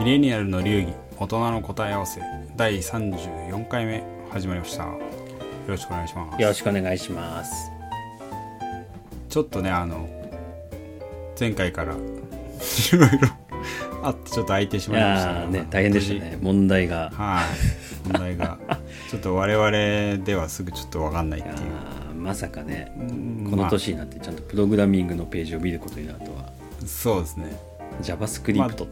ミレニアルの流儀大人の答え合わせ第34回目始まりました。よろしくお願いします。 よろしくお願いします。 ちょっとね前回からいろいろあってちょっと空いてしまいましたが、 ね、大変でしたね。問題が問題がちょっと我々ではすぐちょっと分かんないっていう。 まさかね、この年になってちゃんとプログラミングのページを見ることになるとは。 そうですね。 JavaScript って、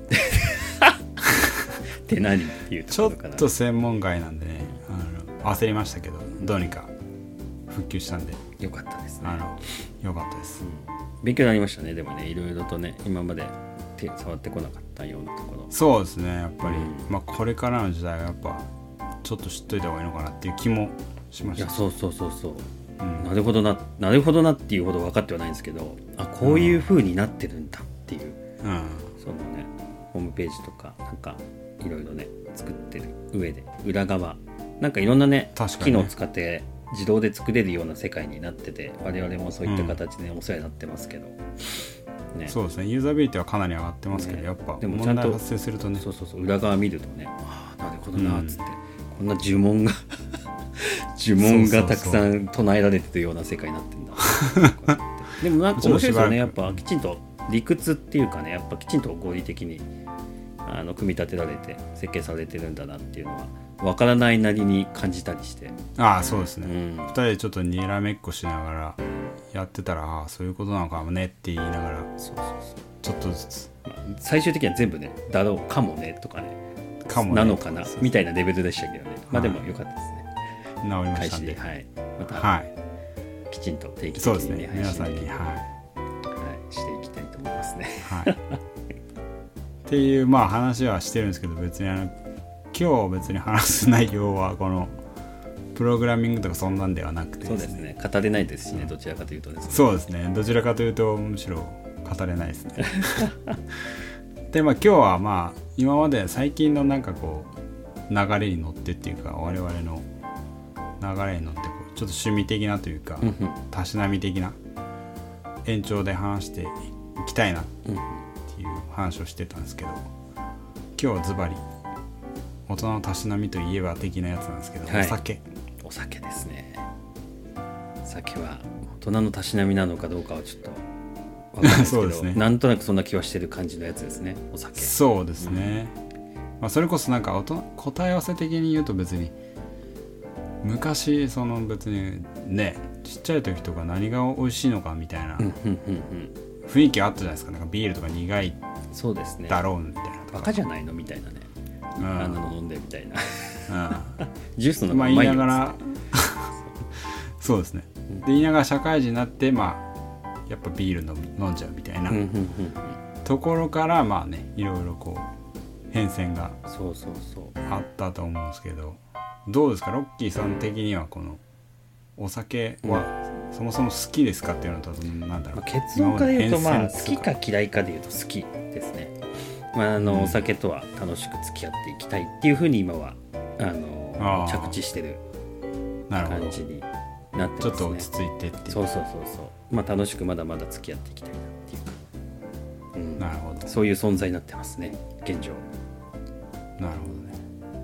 って何っていうところかな。 ちょっと専門外なんでね、焦りましたけどどうにか復旧したんでよかったですね。 よかったです、 勉強になりましたね。でもね、いろいろとね、今まで触ってこなかったようなところ。 そうですね、やっぱり、これからの時代はやっぱちょっと知っといた方がいいのかなっていう気もしました。 いや、そう、なるほどなっていうほど分かってはないんですけど、こういう風になってるんだっていう、そのねホームページとかなんかいろいろね作ってる上で裏側なんかいろんなね機能を使って自動で作れるような世界になってて、我々もそういった形でお世話になってますけど、 そうですね。ユーザビリティはかなり上がってますけど、やっぱ問題発生するとね、 そう裏側見るとね、なるほどなっつって、こんな呪文が呪文がたくさん唱えられてるような世界になってんだでもなんか面白いですよね。やっぱきちんと理屈っていうかね、やっぱきちんと合理的に組み立てられて設計されてるんだなっていうのは分からないなりに感じたりして。 そうですね、2人でちょっとにらめっこしながらやってたら、そういうことなのかもねって言いながら、ちょっとずつ、 最終的には全部ね、だろうかもねとかね、かもねなのかなみたいなレベルでしたけどね。でもよかったですね。治りましたんで、 また、きちんと定期的に、ね、 皆さんに、 していきたいと思いますね。 っていう話はしてるんですけど、別に今日別に話す内容はこのプログラミングとかそんなんではなくてそうですね、語れないですしね、どちらかというとですね。 そうですね、どちらかというとむしろ語れないですねで今日は今まで最近のなんかこう流れに乗ってっていうか、我々の流れに乗ってちょっと趣味的なというか、たしなみ的な延長で話していきたいなっていう話をしてたんですけど、今日はズバリ大人のたしなみといえば的なやつなんですけど、お酒ですね。酒は大人のたしなみなのかどうかはちょっと分かんないですけどそうですね、なんとなくそんな気はしてる感じのやつですね、お酒。 そうですね、それこそなんか答え合わせ的に言うと、別に昔別にね、ちっちゃい時とか何が美味しいのかみたいな雰囲気あったじゃないですか。なんかビールとか苦いだろうみたいな、 バカじゃないのみたいなね、あんなの飲んでみたいなジュースの方がうまいよ言いながらそうですね、で言いながら社会人になってやっぱビール飲んじゃうみたいなところからいろいろこう変遷があったと思うんですけど、どうですかロッキーさん的には、このお酒はそもそも好きですかっていうのと、なんだろう、 結論から言うと好きか嫌いかで言うと好きですね。お酒とは楽しく付き合っていきたいっていうふうに今は着地してる感じになってますね。 ちょっと落ち着いてっていう。 そう楽しくまだまだ付き合っていきたいなっていうか、 なるほど、 そういう存在になってますね、現状。 なるほどね。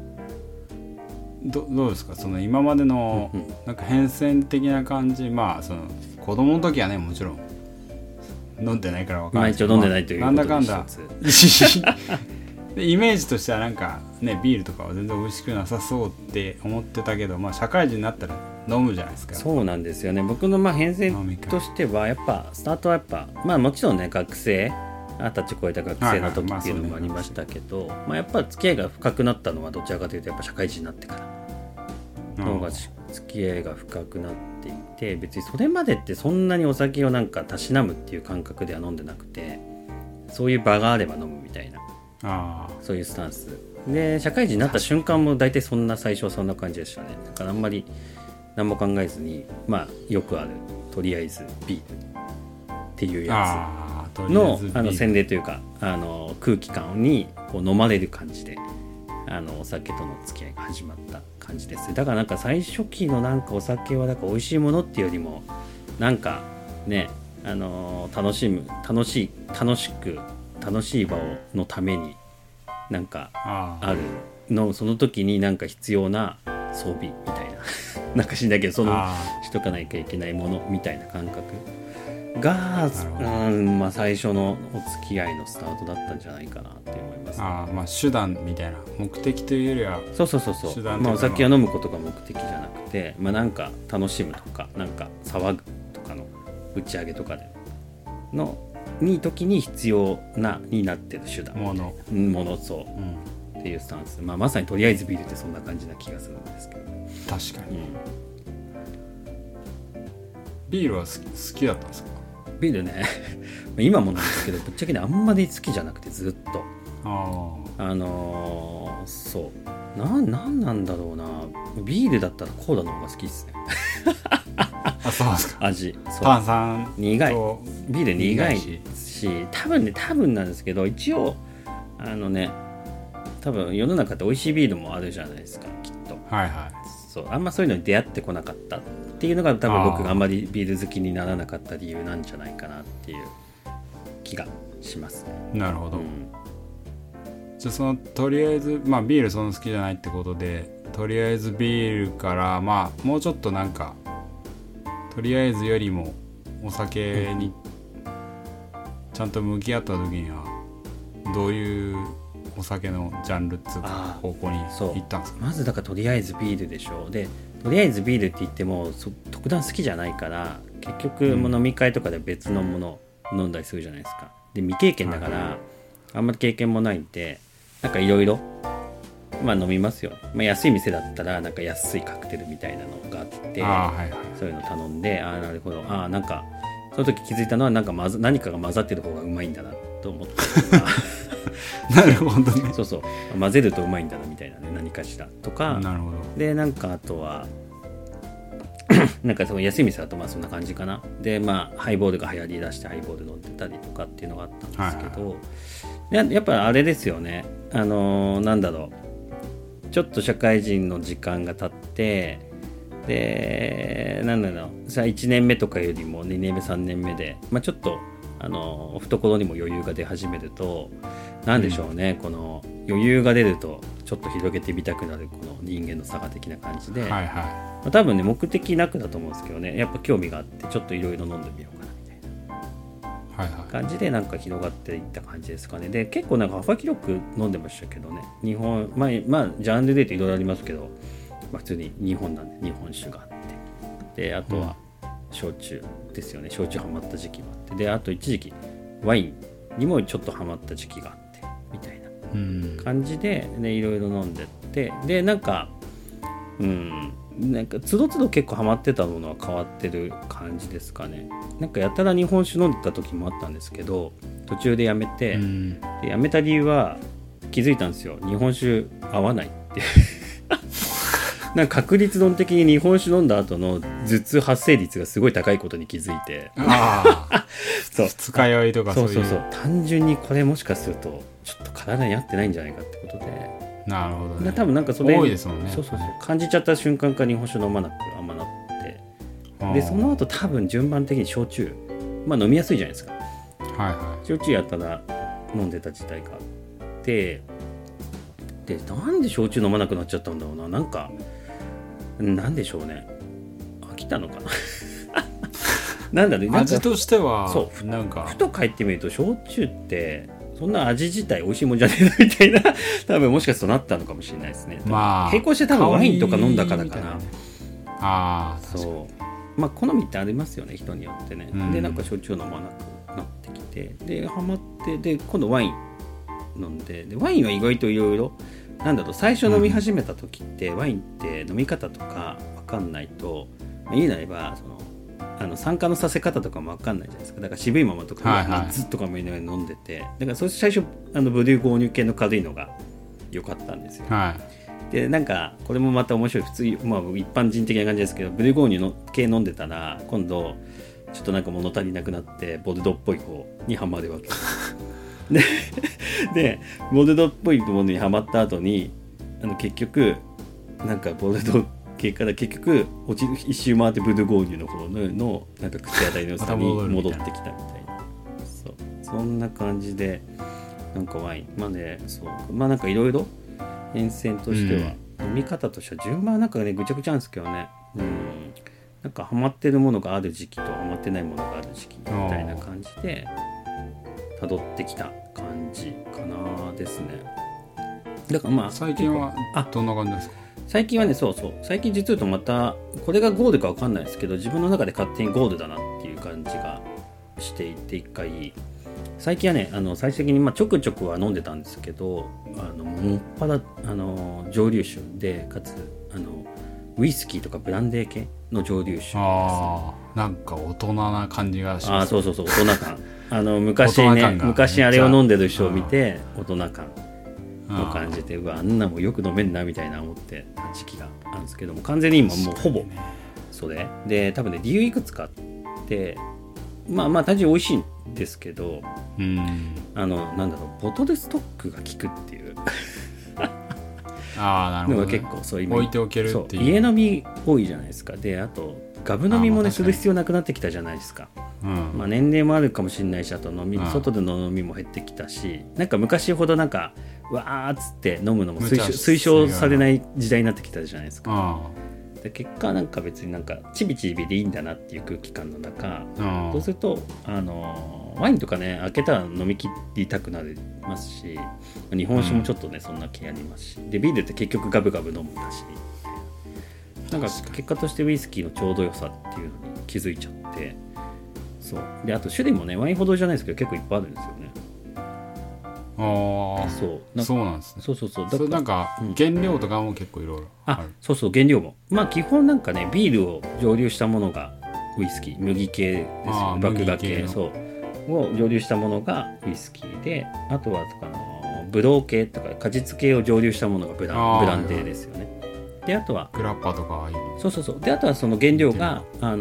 どうですか、その今までのなんか変遷的な感じ。その子供の時はね、もちろん飲んでないから分かんない一応飲んでないということで、 なんだかんだでイメージとしてはなんかね、ビールとかは全然美味しくなさそうって思ってたけど、社会人になったら飲むじゃないですか。 そうなんですよね。僕の変遷としてはやっぱスタートはやっぱもちろんね、学生20歳超えた学生の時っていうのもありましたけど、やっぱ付き合いが深くなったのはどちらかというとやっぱ社会人になってからの方が付き合いが深くなっていて、別にそれまでってそんなにお酒をなんかたしなむっていう感覚では飲んでなくて、そういう場があれば飲むみたいな、そういうスタンスで、社会人になった瞬間も大体そんな、最初はそんな感じでしたね。だからあんまり何も考えずに、よくあるとりあえずビールっていうやつの洗礼というか、空気感にこう飲まれる感じでお酒との付き合いが始まった感じです。だからなんか最初期のなんかお酒はなんか美味しいものっていうよりも、なんかね、楽しい場のためになんかあるの、その時になんか必要な装備みたいななんかしんだけどそのしとかなきゃいけないものみたいな感覚が、まあ、最初のお付き合いのスタートだったんじゃないかなって思います、ね。 まあ手段みたいな、目的というよりはそうまあ、お酒を飲むことが目的じゃなくて、まあ、なんか楽しむとかなんか騒ぐとかの打ち上げとかでの時に必要なになってる手段ものそう、っていうスタンス、まあ、まさにとりあえずビールってそんな感じな気がするんですけど。 確かに、ビールは好きだったんですか？ ビールね今もなんですけどぶっちゃけねあんまり好きじゃなくてずっとそうなんなんだろうな、ビールだったらコーラの方が好きですねそうですか。 味炭酸苦い、ビール苦いし多分なんですけど、一応多分世の中って美味しいビールもあるじゃないですかきっと。そうあんまそういうのに出会ってこなかったっていうのが多分僕があんまりビール好きにならなかった理由なんじゃないかなっていう気がしますね。 なるほど、じゃあとりあえず、まあ、ビールそんな好きじゃないってことで、とりあえずビールからまあもうちょっとなんかとりあえずよりもお酒にちゃんと向き合った時にはどういうお酒のジャンルっていうか方向に行ったんですか？ まずだからとりあえずビールでしょう。でとりあえずビールって言っても特段好きじゃないから結局飲み会とかで別のものを飲んだりするじゃないですか。で未経験だからあんまり経験もないんでなんかいろいろまあ飲みますよ。まあ、安い店だったらなんか安いカクテルみたいなのがあって、そういうの頼んでなるほどなんかその時気づいたのはなんか何かが混ざってる方がうまいんだなと思ったりとかなるほどね。 そう混ぜるとうまいんだなみたいなね、何かしらとか。 なるほど。 でなんかあとはなんかその安い店だとまあそんな感じかな。でまあハイボールが流行りだしてハイボール飲んでたりとかっていうのがあったんですけど、やっぱあれですよね、なんだろう、ちょっと社会人の時間が経ってでなんだろうさ1年目とかよりも2年目3年目で、まあ、ちょっと懐にも余裕が出始めるとなんでしょうね、この余裕が出るとちょっと広げてみたくなるこの人間の差が的な感じで、まあ、多分ね目的なくだと思うんですけどね、やっぱ興味があってちょっといろいろ飲んでみようかなみたいな感じでなんか広がっていった感じですかね。で結構なんか幅広く飲んでましたけどね、日本まあジャンルで言うといろいろありますけど、まあ、普通に日本なんで日本酒があってであとは焼酎ですよね、焼酎ハマった時期もあってであと一時期ワインにもちょっとハマった時期があってみたいな感じでいろいろ飲んでってでなんかなんかつどつど結構ハマってたものは変わってる感じですかね。なんかやたら日本酒飲んでた時もあったんですけど途中でやめて、でやめた理由は気づいたんですよ、日本酒合わないってなんか確率論的に日本酒飲んだ後の頭痛発生率がすごい高いことに気づいてそう二日酔いとかそう単純にこれもしかするとちょっと体に合ってないんじゃないかってことで。 なるほどね。 多分なんかそれ多いですもんね。 そう感じちゃった瞬間から日本酒飲まなくあんまなってでその後多分順番的に焼酎まあ飲みやすいじゃないですか。焼酎やったら飲んでた時代があってでなんで焼酎飲まなくなっちゃったんだろうな、なんかなんでしょうね、飽きたのかななんだろう、 味としてはそうなんかふと帰ってみると焼酎ってそんな味自体美味しいもんじゃねえなみたいな多分もしかするとなったのかもしれないですね。 まあ並行して多分ワインとか飲んだからかな。 そうまあ好みってありますよね人によってね、でなんか焼酎飲まなくなってきてでハマってで今度ワイン飲んでワインは意外といろいろなんだろう、最初飲み始めた時って、ワインって飲み方とか分かんないと言えないば酸化のさせ方とかも分かんないじゃないですか。だから渋いままとかずっとかも飲んでて、だからそれ最初ブリューゴーニュ系の軽いのが良かったんですよ、でなんかこれもまた面白い、普通、まあ、一般人的な感じですけどブリューゴーニュ系飲んでたら今度ちょっとなんか物足りなくなってボルドーっぽい方にはまるわけでボルドーっぽいものにはまった後に結局なんかボルドー系から結局一周回ってブルゴーニュの方のなんか口当たりの差に戻ってきたみたいなそんな感じでなんかワインまあねそうまあなんかいろいろ沿線としては、飲み方としては順番はなんかねぐちゃぐちゃなんですけどね、なんかハマってるものがある時期とハマってないものがある時期みたいな感じで辿ってきた感じかなですね。だからまあ最近はどんな感じですか？ 最近はねそう最近実は言うとまたこれがゴールか分かんないですけど自分の中で勝手にゴールだなっていう感じがしていて、一回最近はね最終的にちょくちょくは飲んでたんですけどもっぱら蒸留酒でかつウイスキーとかブランデー系の蒸留酒です、 なんか大人な感じがします。 そう大人感昔ね昔あれを飲んでる人を見て大人感の感じであんなもんよく飲めんなみたいな思ってた時期があるんですけども、完全に今もうほぼそれで多分ね理由いくつかあってまあ単純に美味しいんですけど、なんだろうボトルストックが効くっていうなるほど、ね、 結構そう今置いておけるっていう家飲み多いじゃないですか。であとガブ飲みもねする必要なくなってきたじゃないですか。年齢もあるかもしれないし、あと外での飲みも減ってきたし、なんか昔ほどなんかわーっつって飲むのも推奨されない時代になってきたじゃないですか。で結果なんか別になんかちびちびでいいんだなっていう空気感の中、そうするとワインとかね開けたら飲み切りたくなりますし、日本酒もちょっとね、そんな気ありますし、でビールって結局ガブガブ飲むんだし、なんか結果としてウイスキーのちょうど良さっていうのに気づいちゃって、そうであと種類もねワインほどじゃないですけど結構いっぱいあるんですよね。 そうなんですね。 そうだからなんか原料とかも結構いろいろある。 そう原料も基本なんかねビールを蒸留したものがウイスキー、麦系ですよ、麦芽系を蒸留したものがウイスキーで、あとはブドウ系とか果実系を蒸留したものがブランデーですよね。であとはグラッパとかそうであとはその原料が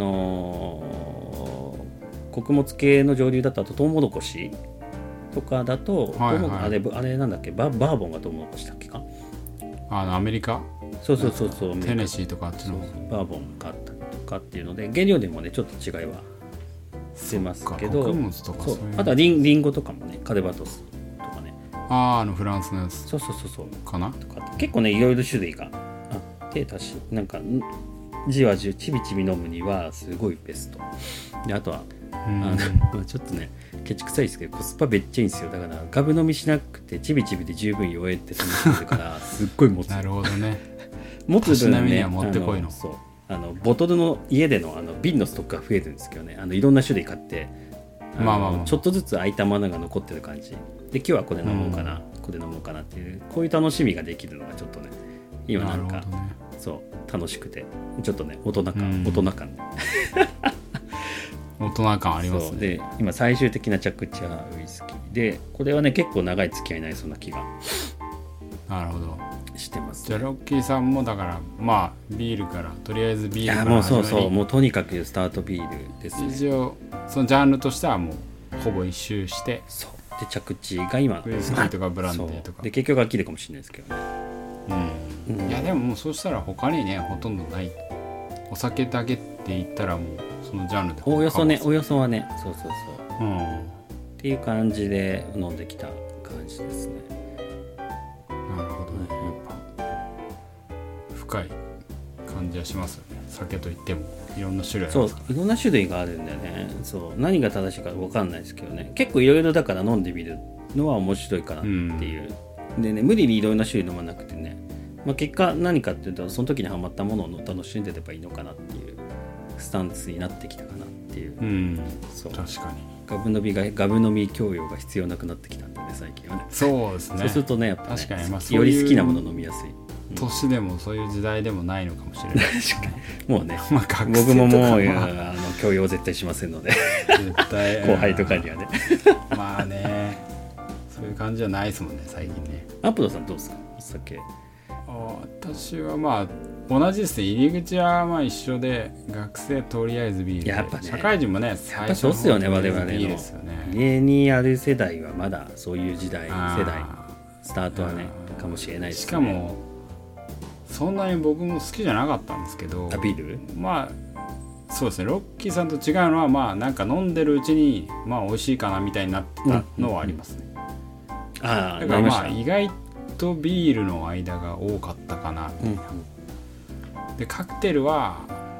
穀物系の蒸留だとあとトウモロコシとかだと、あれなんだっけバーボンがトウモロコシだっけか、 アメリカそうテネシーとかあっちのバーボンがあったりとかっていうので原料でもねちょっと違いは出ますけど、 穀物とかそういうあとはリンゴとかもねカルバトスとかねフランスのやつそうかなとか結構ねいろいろ種類があってなんかじわじわちびちび飲むにはすごいベストで、あとはちょっとねケチくさいですけどコスパめっちゃいいんですよ。だからガブ飲みしなくてちびちびで十分酔えって楽しんでるからすっごい持つなるほどね持つ分ね持ってこいのボトルの家での瓶のストックが増えるんですけどね、いろんな種類買ってちょっとずつ空いたものが残ってる感じで、今日はこれ飲もうかな、これ飲もうかなっていうこういう楽しみができるのがちょっとね今なんか、そう楽しくてちょっとね大人感大人感ありますね。で今最終的な着地はウイスキーで、これはね結構長い付き合いになりそうな気がなるほどしてます、ね、 じゃあロッキーさんもだからビールからとりあえずビールからもうもうとにかくスタートビールですね。 一応そのジャンルとしてはもうほぼ一周して、 そうで着地が今ウイスキーとかブランデーとかで結局飽きるかもしれないですけどね、 いやでももうそうしたら他にねほとんどないお酒だけって言ったらもうそのジャンルでおよそはねそう、っていう感じで飲んできた感じですね。 なるほどね、深い感じはしますよね。酒といってもいろんな種類ありますから、 いろんな種類があるんだよね。何が正しいか分かんないですけどね、結構いろいろだから飲んでみるのは面白いかなっていう、でね無理にいろんな種類飲まなくてね、結果何かっていうとその時にハマったものを楽しんでればいいのかなっていうスタンスになってきたかなっていう、 確かにガブ飲み教養が必要なくなってきたんでね最近はね。 そうですね。 そうするとねやっぱね確かに、 より好きなもの飲みやすい年でもそういう時代でもないのかもしれない確かにもうね僕ももう教養絶対しませんので絶対後輩とかにはねまあねそういう感じじゃないですもんね最近ね。 アップドさんどうですかお酒？ 私は同じですね。入り口は一緒で学生とりあえずビールで、 やっぱね、 社会人もねやっぱそうっすよね。我々の家にある世代はまだそういう世代スタートはねかもしれないですね。 しかもそんなに僕も好きじゃなかったんですけど、 ビールそうですね。ロッキーさんと違うのはなんか飲んでるうちに美味しいかなみたいになってたのはありますね。 だからまあ意外とビールの間が多かったかなみたいな、でカクテルは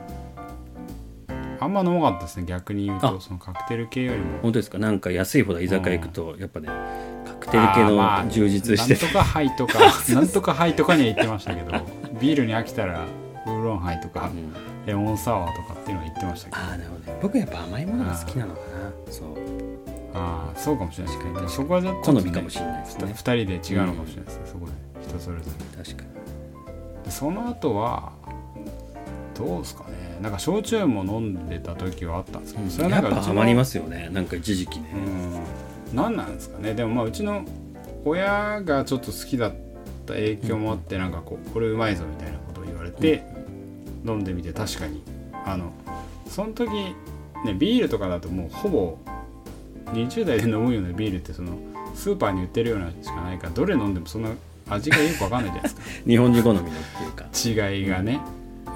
あんま飲まなかったですね。逆に言うとそのカクテル系よりも。 本当ですか。なんか安いほど居酒屋行くとやっぱね、カクテル系の充実してて、 なんとかハイとかなんとかハイとかには言ってましたけどビールに飽きたらウーロンハイとか、レモンサワーとかっていうのは言ってましたけど。 なるほどね。僕やっぱ甘いものが好きなのかな。 そうかもしれないですけど、そこはちょっと、 好みかもしれないですね。 2人で違うのかもしれないですね、そこで人それぞれ。 確かに。その後はどうですかね。なんか焼酎も飲んでた時はあったんですけど、それはなんかやっぱハマりますよね。なんか一時期ね。 何なんですかね。でもまあうちの親がちょっと好きだった影響もあって、なんかこれうまいぞみたいなことを言われて、飲んでみて確かにその時ね、ビールとかだともうほぼ20代で飲むようなビールってそのスーパーに売ってるようなしかないから、どれ飲んでもそんな味がよく分かんないじゃないですか日本人好みのっていうか違いがね、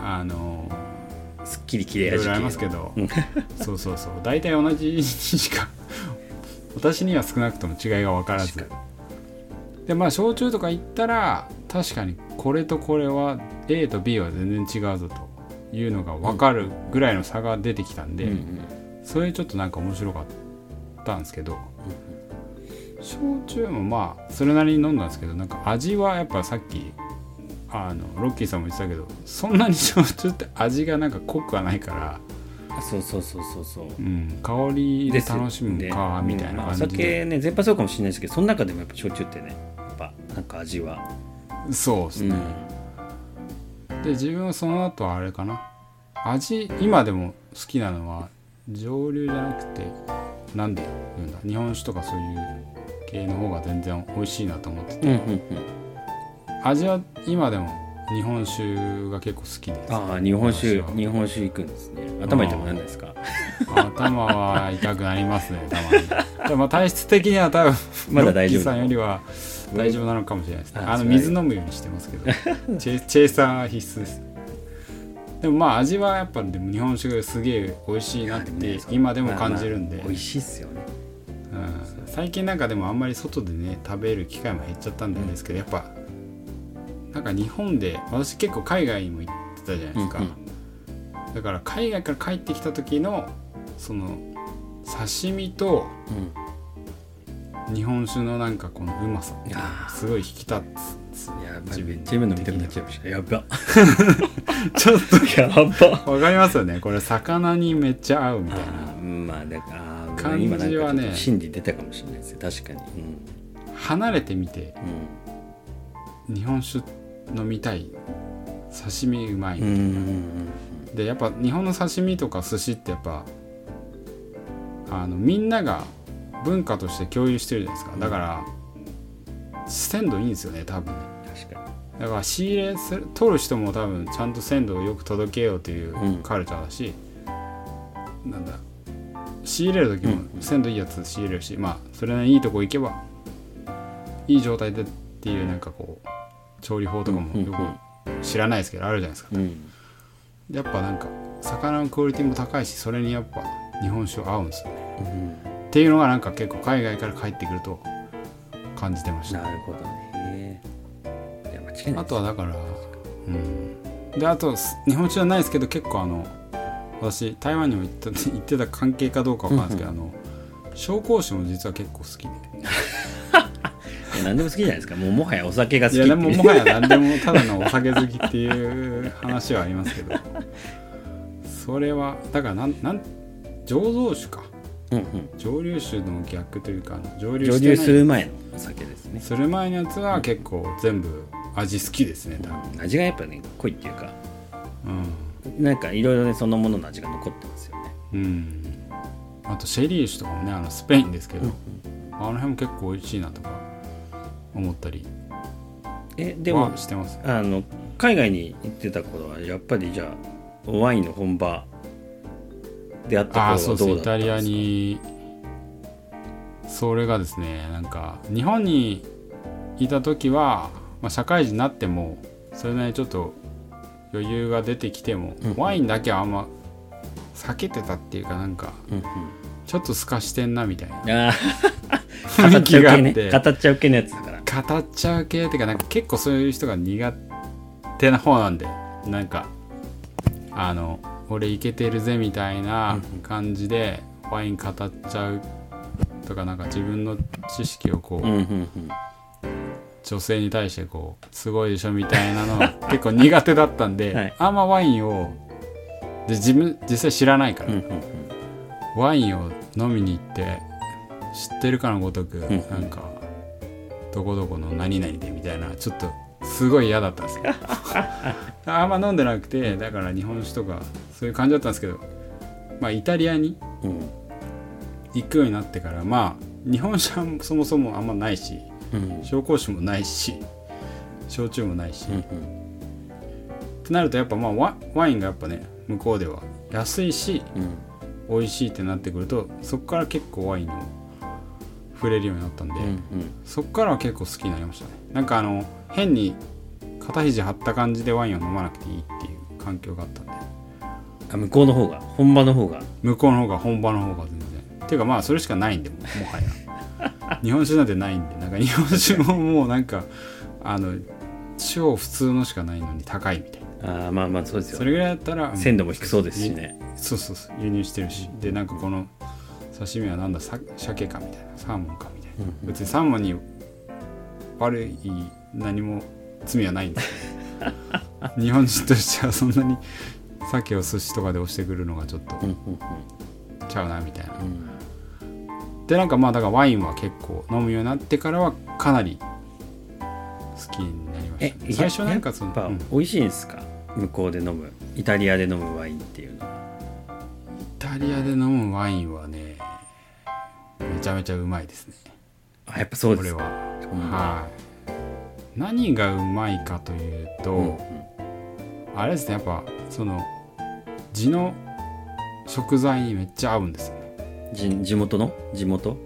すっきり切れ味いろいろありますけどそう大体同じにしか私には少なくとも違いが分からずで、まあ焼酎とか言ったら確かにこれとこれは A と B は全然違うぞというのが分かるぐらいの差が出てきたんで、それちょっとなんか面白かったんですけど、焼酎もまあそれなりに飲んだんですけど、なんか味はやっぱさっきロッキーさんも言ってたけど、そんなに焼酎って味がなんか濃くはないから、 そう、 香りで楽しむかみたいな感じで、 お酒ね全般そうかもしれないですけど、その中でもやっぱ焼酎ってね、やっぱなんか味はそうですね、で自分はその後はあれかな、味今でも好きなのは蒸留じゃなくてなんで言うんだ、日本酒とかそういう系の方が全然美味しいなと思ってて、味は今でも日本酒が結構好きです。 日本酒行くんですね。頭痛くならないですか？ 頭は痛くなりますね、たまに。でも体質的には多分まだ大丈夫。 ロッキーさんよりは大丈夫なのかもしれないですね。水飲むようにしてますけどチェイサー必須です。でもまあ味はやっぱでも日本酒がすげえ美味しいなって今でも感じるんで、 美味しいっすよね。 最近なんかでもあんまり外でね食べる機会も減っちゃったんですけど、やっぱなんか日本で私結構海外にも行ってたじゃないですか、だから海外から帰ってきた時のその刺身と日本酒のなんかこのうまさってすごい引き立つ。 やばい、めっちゃ今飲みたくなっちゃいました。やばちょっとやばわかりますよね、これ魚にめっちゃ合うみたいな。 まあだから感じはね、 心理出たかもしれないですよ。確かに、 離れてみて、日本酒飲みたい、刺身うまいみたいな、でやっぱ日本の刺身とか寿司ってやっぱみんなが文化として共有してるじゃないですか。だから鮮度いいんですよね、多分ね。 確かにだから仕入れ取る人も多分ちゃんと鮮度をよく届けようというカルチャーだし、なんだ仕入れる時も鮮度いいやつ仕入れるし、まあそれなりにいいとこ行けばいい状態でっていうなんかこう調理法とかもよく知らないですけどあるじゃないですか、やっぱなんか魚のクオリティも高いし、それにやっぱ日本酒合うんですよね、っていうのがなんか結構海外から帰ってくると感じてました。 なるほどね。いや間違いないです。 あとはだから、であと日本酒じゃないですけど、結構私台湾にも行ってた関係かどうかわかんないですけど、紹興酒も実は結構好きで何でも好きじゃないですか。もはやお酒が好きって。 いやでももはや何でもただのお酒好きっていう話はありますけどそれはだから醸造酒か、蒸留酒の逆というか蒸留する前のお酒ですね。 する前のやつは結構全部味好きですね、多分。 味がやっぱね濃いっていうか、なんかいろいろねそのものの味が残ってますよね。 あとシェリー酒とかもね、スペインですけど、あの辺も結構美味しいなとか思ったりでもしてます。 海外に行ってた頃はやっぱりじゃあワインの本場であった頃はどうだったんですか？ そうです。イタリアにそれがですね、なんか日本にいた時は、社会人になってもそれなりにちょっと余裕が出てきても、ワインだけはあんま避けてたっていうか、なんか、ちょっと透かしてんなみたいな。 雰囲気があって、 語っちゃう系のやつだから。 語っちゃう系っていうか、なんか結構そういう人が苦手な方なんで、なんか俺イケてるぜみたいな感じでワイン語っちゃうとか、なんか自分の知識をこう、女性に対してこうすごいでしょみたいなの結構苦手だったんで、はい、あんまワインを実際知らないから、ワインを飲みに行って知ってるかのごとく、なんかどこどこの何々でみたいな、ちょっとすごい嫌だったんですよあんま飲んでなくて、だから日本酒とかそういう感じだったんですけど、まあイタリアに行くようになってから、まあ日本酒はそもそもあんまないし、紹興酒もないし焼酎もないし、ってなるとやっぱまあワインがやっぱね向こうでは安いし、美味しいってなってくると、そこから結構ワインに触れるようになったんで、そこからは結構好きになりましたね。なんか変に肩肘張った感じでワインを飲まなくていいっていう環境があったんで。 向こうの方が本場の方が全然っていうか、まあそれしかないんで、もはや日本酒なんてないんで、なんか日本酒ももうなんか超普通のしかないのに高いみたいな。 まあまあそうですよ。 それぐらいだったら鮮度も低そうですしね。 そう輸入してるし、でなんかこの刺身はなんだ鮭かみたいな、サーモンかみたいな、別にサーモンに悪い何も罪はないんですけど日本人としてはそんなに鮭を寿司とかで押してくるのがちょっとちゃうなみたいな、でなんかまあだからワインは結構飲むようになってからはかなり好きになりました、ね、最初なんかそのやっぱ美味しいんですか、向こうで飲むイタリアで飲むワインっていうのは。 イタリアで飲むワインはねめちゃめちゃうまいですね。 やっぱそうですか。 これははい、何がうまいかというと、あれですね、やっぱその地の食材にめっちゃ合うんですよね。 地元の、はい、地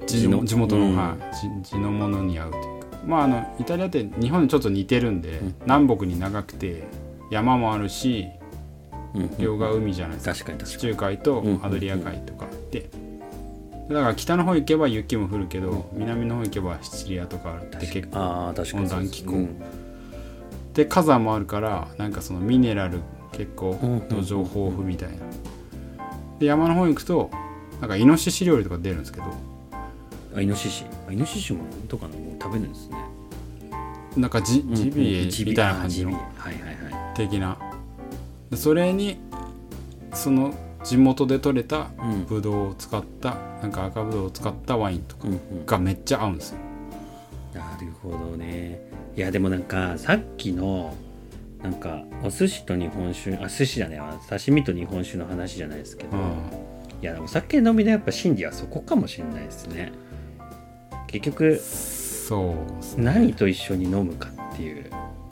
のものに合うというか、まあイタリアって日本にちょっと似てるんで、南北に長くて山もあるし、両側海じゃないですか。地中海とアドリア海とかで、だから北の方行けば雪も降るけど、南の方行けばシチリアとかあって結構温暖気候で、火山もあるから、なんかそのミネラル結構土壌豊富みたいな。で山の方行くとなんかイノシシ料理とか出るんですけど、 イノシシもとかのも食べるんですね。 なんかジビエみたいな感じの的な、それにその地元で採れたブドウを使った、なんか赤ブドウを使ったワインとかがめっちゃ合うんですよ。 なるほどね。いやでもなんかさっきのなんかお寿司と日本酒、寿司じゃねえ、刺身と日本酒の話じゃないですけど、いやお酒飲みのやっぱ真理はそこかもしれないですね。結局そうですね、 何と一緒に飲むかっていう、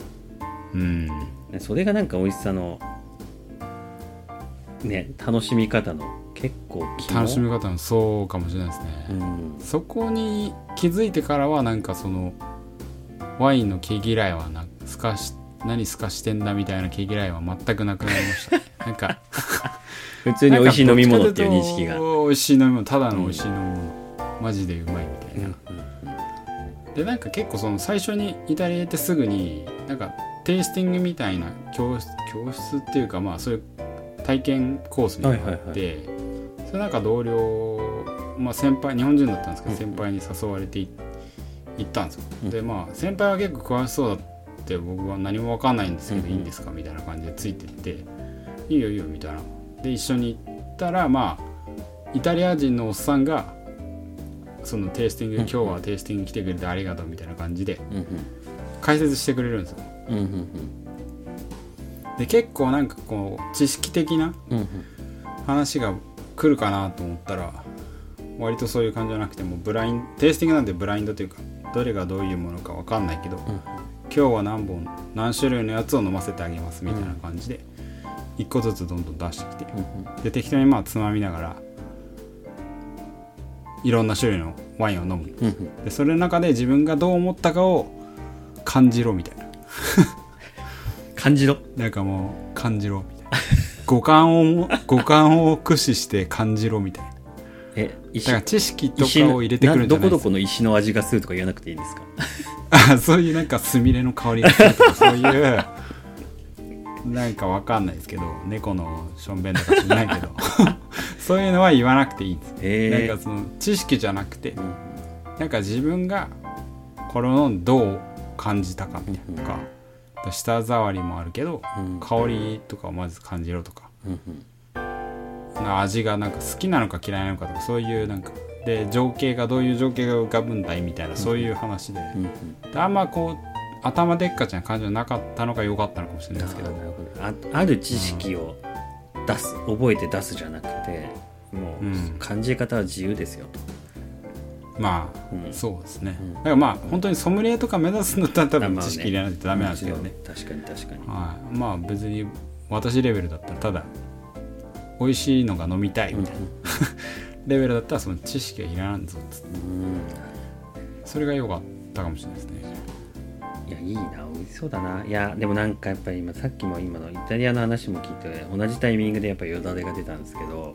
それがなんか美味しさのね、楽しみ方の結構楽しみ方のそうかもしれないですね、そこに気づいてからはなんかそのワインの毛嫌いは何すかしてんだみたいな毛嫌いは全くなくなりました、ね、なんか普通に美味しい飲み物っていう認識が、 美味しい飲み物、ただの美味しい飲み物、マジでうまいみたいな、でなんか結構その最初にイタリア行ってすぐになんかテイスティングみたいな教室っていうか、まあそういう体験コースみたいなのがあって、それなんか同僚、先輩、日本人だったんですけど、先輩に誘われて行ったんですよ、でまあ先輩は結構詳しそうだって僕は何も分かんないんですけど、いいんですかみたいな感じでついてっていいよみたいなで一緒に行ったら、まあイタリア人のおっさんがそのテイスティング、今日はテイスティング来てくれてありがとうみたいな感じで解説してくれるんですよ、で結構なんかこう知識的な話が来るかなと思ったら、割とそういう感じじゃなくて、もうテイスティングなんてブラインドというか、どれがどういうものか分かんないけど、今日は何種類のやつを飲ませてあげますみたいな感じで一個ずつどんどん出してきて、で適当にまあつまみながらいろんな種類のワインを飲む、でそれの中で自分がどう思ったかを感じろみたいな感じろ、 なんかもう感じろみたいな五感を駆使して感じろみたいな、 だから知識とかを入れてくるんじゃないですか。 どこどこの石の味がするとか言わなくていいんですか？ そういうなんかスミレの香りがするとかそういうなんかわかんないですけど、猫のしょんべんとか知らないけどそういうのは言わなくていいんです。なんかその知識じゃなくて、なんか自分がこれをどう感じたかみたいなとか、舌触りもあるけど、香りとかをまず感じろとか、味がなんか好きなのか嫌いなのかとか、そういうなんかで情景がどういう情景が浮かぶんだいみたいな、そういう話で、あんまこう頭でっかちな感じはなかったのが良かったのかもしれないですけど、 ある知識を出す、覚えて出すじゃなくて、もう感じ方は自由ですよと。 まあ、そうですね。だからまあ本当にソムリエとか目指すんだったら多分知識入れないとダメなんですけどね。 確かに。 まあ別に私レベルだったらただ美味しいのが飲みたいみたいなレベルだったらその知識はいらんぞっつって、それが良かったかもしれないですね。 いや、いいな、美味しそうだな。いやでもなんかやっぱりさっきも今のイタリアの話も聞いて、同じタイミングでやっぱよだれが出たんですけど、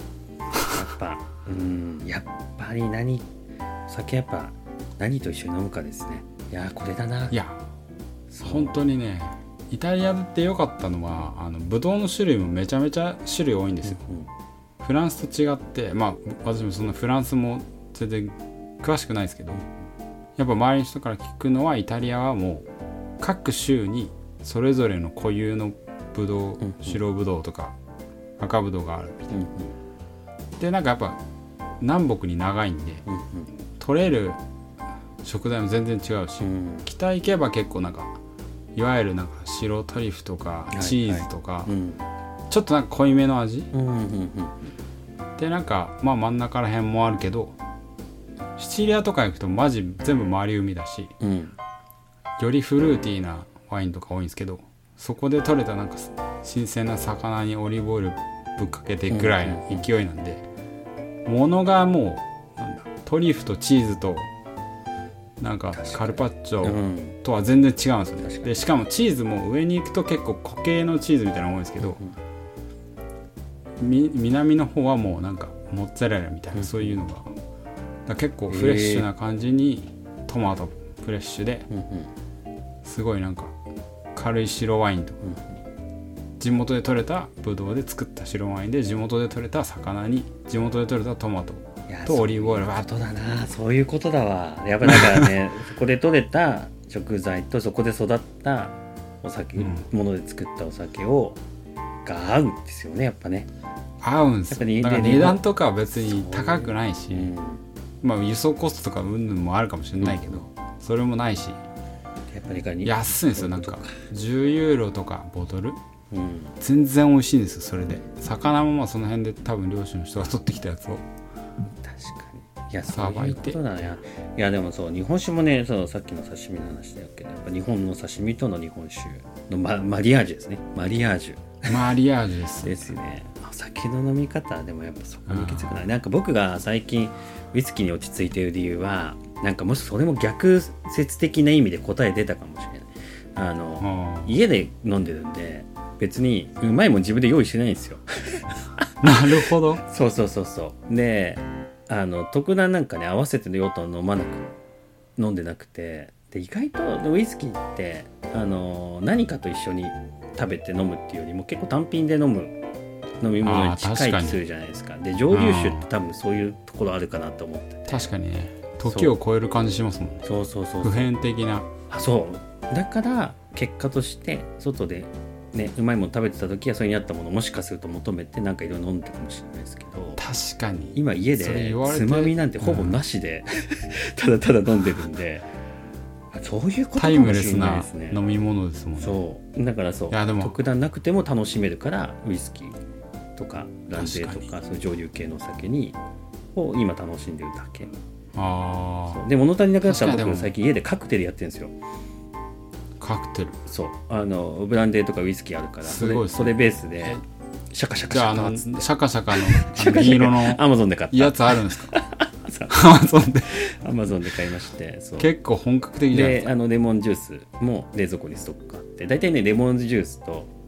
やっぱりお酒やっぱ何と一緒に飲むかですね。いやこれだな。 いや本当にね、イタリアって良かったのはブドウの種類もめちゃめちゃ種類多いんですよ、フランスと違って、まあ私もそんなフランスも全然詳しくないですけど、やっぱ周りの人から聞くのはイタリアはもう各州にそれぞれの固有のブドウ、白ブドウとか赤ブドウがあるみたいな、でなんかやっぱ南北に長いんで、取れる食材も全然違うし、北行けば結構なんかいわゆるなんか白トリュフとかチーズとか、ちょっとなんか濃いめの味、でなんかまあ真ん中ら辺もあるけど、シチリアとか行くとマジ全部周り海だし、よりフルーティーなワインとか多いんですけど、そこで取れたなんか新鮮な魚にオリーブオイルぶっかけてぐらいの勢いなんで、ものがもうなんだトリュフとチーズとなんかカルパッチョとは全然違うんですよね。でしかもチーズも上に行くと結構固形のチーズみたいなのが多いんですけど、南の方はもうなんかモッツァレラみたいな、そういうのが結構フレッシュな感じに、トマトフレッシュで、すごいなんか軽い白ワインとか、地元で採れたブドウで作った白ワインで地元で採れた魚に地元で採れたトマトとオリーブオイルが、 そういうことだな。やっぱだからねそこで採れた食材とそこで育ったお酒、もので作ったお酒が合うんですよね、やっぱね。 合うんですよ。だから値段とかは別に高くないし、まあ輸送コストとかうんぬんもあるかもしれないけど、それもないし、 やっぱり安いんですよ。なんか10ユーロとかボトル、全然美味しいんですよ。それで魚もまあその辺で多分漁師の人が取ってきたやつを確かに、いやそういうことだね。いやでもそう、日本酒もね、そうさっきの刺身の話だけど、やっぱ日本の刺身との日本酒のマリアージュですね。マリアージュですね。お酒の飲み方でもやっぱそこに行き着くない。なんか僕が最近ウイスキーに落ち着いている理由は、なんかもしそれも逆説的な意味で答え出たかもしれない。家で飲んでるんで別にうまいもん自分で用意してないんですよなるほど。 そうで特段なんかね合わせてる用途飲んでなくて、で意外とウイスキーって何かと一緒に食べて飲むっていうよりも結構単品で飲む飲み物に近い気するじゃないですか。で蒸留酒って多分そういうところあるかなと思ってて、 確かにね、時を超える感じしますもんね。 そう普遍的な。 そうだから結果として外でねうまいもの食べてた時はそれに合ったものをもしかすると求めてなんかいろいろ飲んでるかもしれないですけど、 確かに今家でつまみなんてほぼなしで、ただただ飲んでるんで、そういうことかもしれないですね。 タイムレスな飲み物ですもんね。 そうだからそう、特段なくても楽しめるからウイスキーとかランデーとかそういう蒸留系のお酒を今楽しんでるだけ。で物足りなくなったら僕最近家でカクテルやってるんですよ。 カクテル、 そうブランデーとかウイスキーあるから、それベースでシャカシャカシャカシャカシャカの銀色のアマゾンで買ったやつあるんですかアマゾンで買いまして、そう結構本格的じゃないですか。 でレモンジュースも冷蔵庫にストックがあって、大体ねレモンジュースと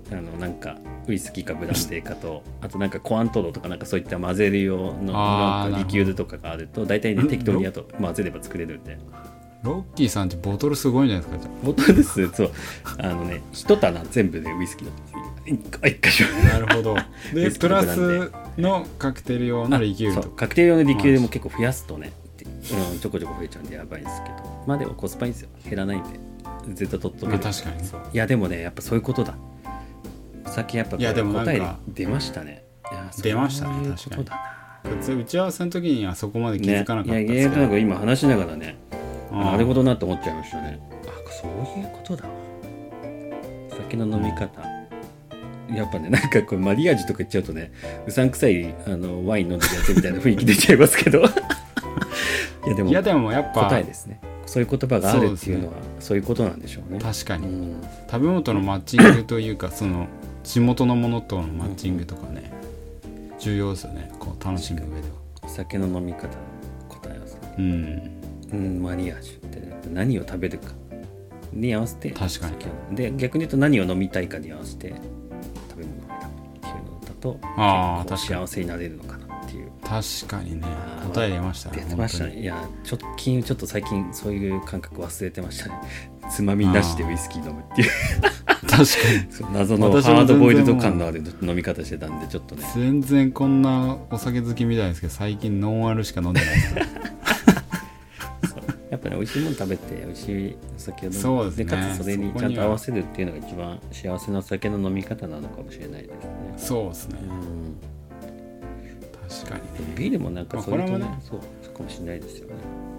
なんかウイスキーかブランデーかとあとなんかコアントロとかなんかそういった混ぜる用のなんかリキュールとかがあると大体ね適当にあと混ぜれば作れるんで。 ロッキーさんってボトルすごいんじゃないですか。 ボトルです。そう一棚全部でウイスキーの一箇所。 なるほほど。でプラスのカクテル用のリキュールとか。 カクテル用のリキュールも結構増やすとね、ちょこちょこ増えちゃうんでやばいんですけど、まあでもコスパいいんですよ。減らないんで絶対取っとける。 確かに。 いやでもねやっぱそういうことだ。さっきやっぱ答え出ましたね。 いや出ましたね。確かに。打ち合わせの時にはそこまで気づかなかったですけど、ね、いやなんか今話しながらね、なるほどなと思っちゃいましたね。そういうことだわ。酒の飲み方、やっぱねなんかこうマリアージュとか言っちゃうとねうさんくさいワイン飲んでるやつみたいな雰囲気出ちゃいますけどいやでもやっぱ答えですね。そういう言葉があるっていうのはそういうことなんでしょうね。 確かに、食べ物とのマッチングというかその地元のものとのマッチングとかね、重要ですよね。こう楽しむ上では酒の飲み方の答えはさ、マリアージュって何を食べるかに合わせて、 確かに。 で逆に言うと何を飲みたいかに合わせて食べ物を選ぶっていうのだと結構幸せになれるのかなっていう。 確かにね。答え出ましたね。 出ましたね。いやちょっと最近そういう感覚忘れてましたね。つまみなしでウイスキー飲むっていう確かに謎のハードボイルド感のある飲み方してたんでちょっとね全然こんなお酒好きみたいですけど最近ノンアルしか飲んでないですやっぱり美味しいもの食べて美味しいお酒を飲んで、 そうですね、 かつそれにちゃんと合わせるっていうのが一番幸せなお酒の飲み方なのかもしれないですね。 そうですね、確かにね。 ビールもなんかそういうとね、そうかもしれないですよね。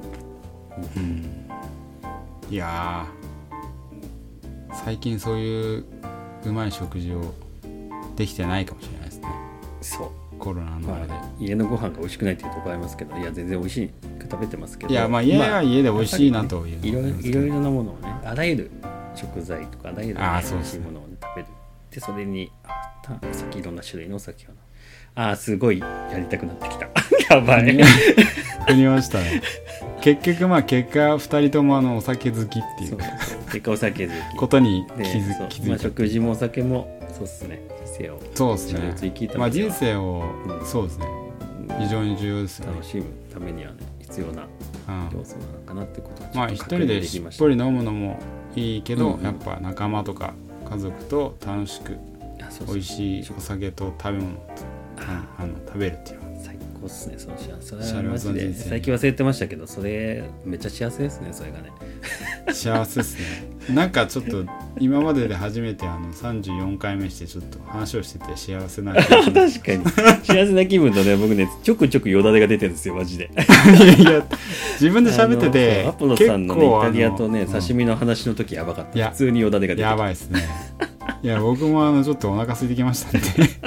いや最近そういううまい食事をできてないかもしれないですね。 そうコロナのあれで、 家のご飯が美味しくないっていうところありますけど、いや全然美味しく食べてますけど、 いやまあ家は家で美味しいなという、 いろいろなものをね、あらゆる食材とかあらゆる、美味しいものを、ね、食べる。でそれにさっきいろんな種類のお酒をすごいやりたくなってきたやばい振りましたね。結局結果2人ともお酒好きっていう結果お酒好きことに気づいた。 食事もお酒もそうですね。人生をそうですね。人生を、そうですね。非常に重要ですよね。 楽しむためにはね必要な要素なのかなってことを一人でしっぽり飲むのもいいけど、やっぱ仲間とか家族と楽しく美味しいお酒と食べ物と食べるっていう最高っすね。その幸せ。それはマジで最近忘れてましたけど、それめっちゃ幸せですね。それがね幸せですね。なんかちょっと今までで初めて34回目してちょっと話をしてて幸せな気分確かに幸せな気分とね、僕ねちょくちょくよだれが出てるんですよマジでいや自分で喋っててアポロさんの、ね、イタリアとね刺身の話の時やばかった。普通によだれが出てる。 やばいですね。いや僕もちょっとお腹空いてきましたんで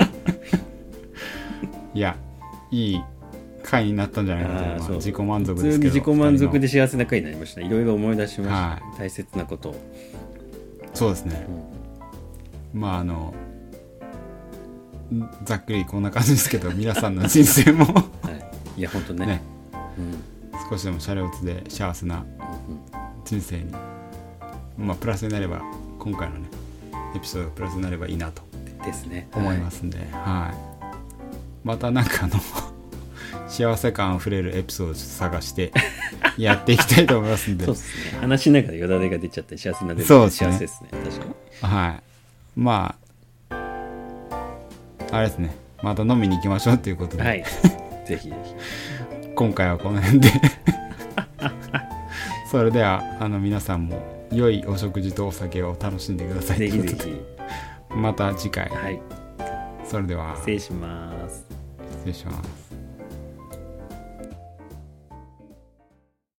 いやいい回になったんじゃないかと。自己満足ですけど、 普通に自己満足で幸せな回になりましたね。いろいろ思い出しました、大切なことを。 そうですね、ざっくりこんな感じですけど皆さんの人生もいや本当ね少しでもシャレオツで幸せな人生に、プラスになれば、今回のねエピソードがプラスになればいいなとですね思いますんで、またなんか幸せ感あふれるエピソードを探してやっていきたいと思いますんでそうですね。話しながらよだれが出ちゃって幸せになれる。 そうですね。 幸せですね。確かに。 あれですね。また飲みに行きましょうということで、 ぜひぜひ今回はこの辺でそれでは皆さんも良いお食事とお酒を楽しんでください。 ぜひぜひ。 また次回。それでは失礼します。 失礼します。